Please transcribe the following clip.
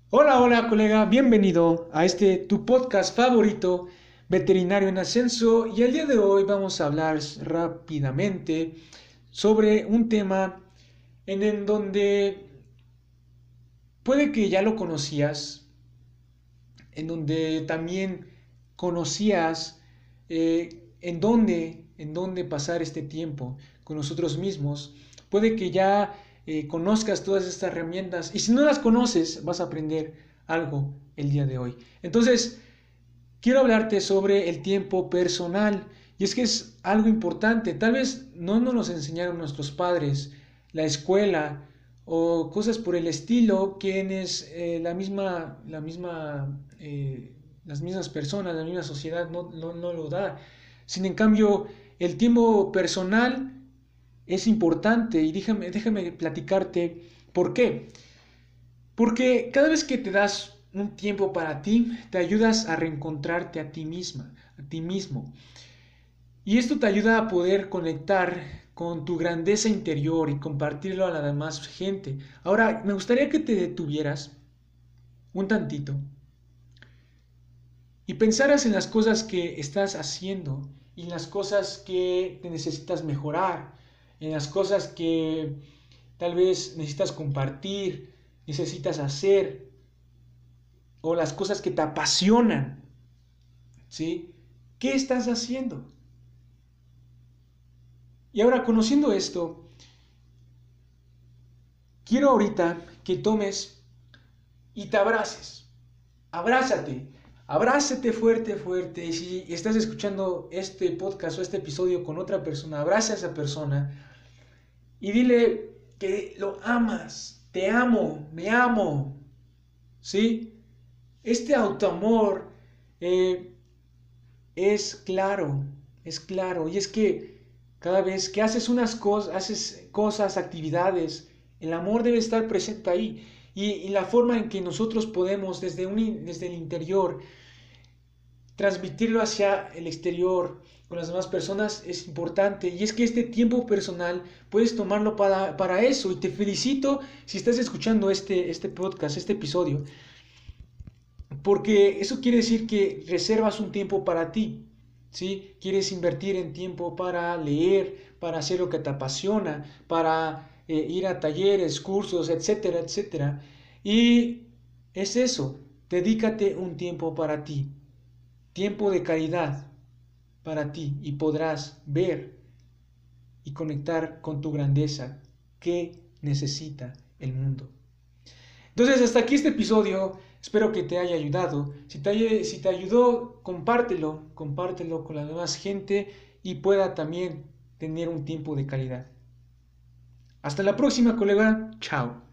Hola, hola colega, bienvenido a tu podcast favorito, Veterinario en Ascenso, y el día de hoy vamos a hablar rápidamente sobre un tema en donde puede que ya lo conocías, en donde también conocías en dónde pasar este tiempo con nosotros mismos. Puede que ya conozcas todas estas herramientas y si no las conoces vas a aprender algo el día de hoy. Entonces, quiero hablarte sobre el tiempo personal y es que es algo importante. Tal vez no nos lo enseñaron nuestros padres, la escuela o cosas por el estilo, quienes las mismas personas, la misma sociedad no lo da. Sin en cambio, el tiempo personal es importante y déjame platicarte por qué. Porque cada vez que te das un tiempo para ti, te ayudas a reencontrarte a ti misma, a ti mismo. Y esto te ayuda a poder conectar con tu grandeza interior y compartirlo a la demás gente. Ahora, me gustaría que te detuvieras un tantito y pensaras en las cosas que estás haciendo y en las cosas que te necesitas mejorar, en las cosas que tal vez necesitas compartir, necesitas hacer, o las cosas que te apasionan, ¿sí? ¿Qué estás haciendo? Y ahora, conociendo esto, quiero ahorita que tomes y te abraces. Abrázate. Abrázate fuerte, fuerte. Y si estás escuchando este podcast o este episodio con otra persona, abraza a esa persona y dile que lo amas. Te amo, me amo. ¿Sí? Este autoamor eh, es claro. Y es que cada vez que haces cosas, actividades, el amor debe estar presente ahí. Y la forma en que nosotros podemos desde el interior transmitirlo hacia el exterior con las demás personas es importante. Y es que este tiempo personal puedes tomarlo para eso. Y te felicito si estás escuchando este podcast, este episodio. Porque eso quiere decir que reservas un tiempo para ti, ¿sí? Quieres invertir en tiempo para leer, para hacer lo que te apasiona, para ir a talleres, cursos, etcétera, etcétera. Y es eso, dedícate un tiempo para ti, tiempo de calidad para ti y podrás ver y conectar con tu grandeza que necesita el mundo. Entonces, hasta aquí este episodio. Espero que te haya ayudado. Si te ayudó, compártelo con la demás gente y pueda también tener un tiempo de calidad. Hasta la próxima, colega. Chao.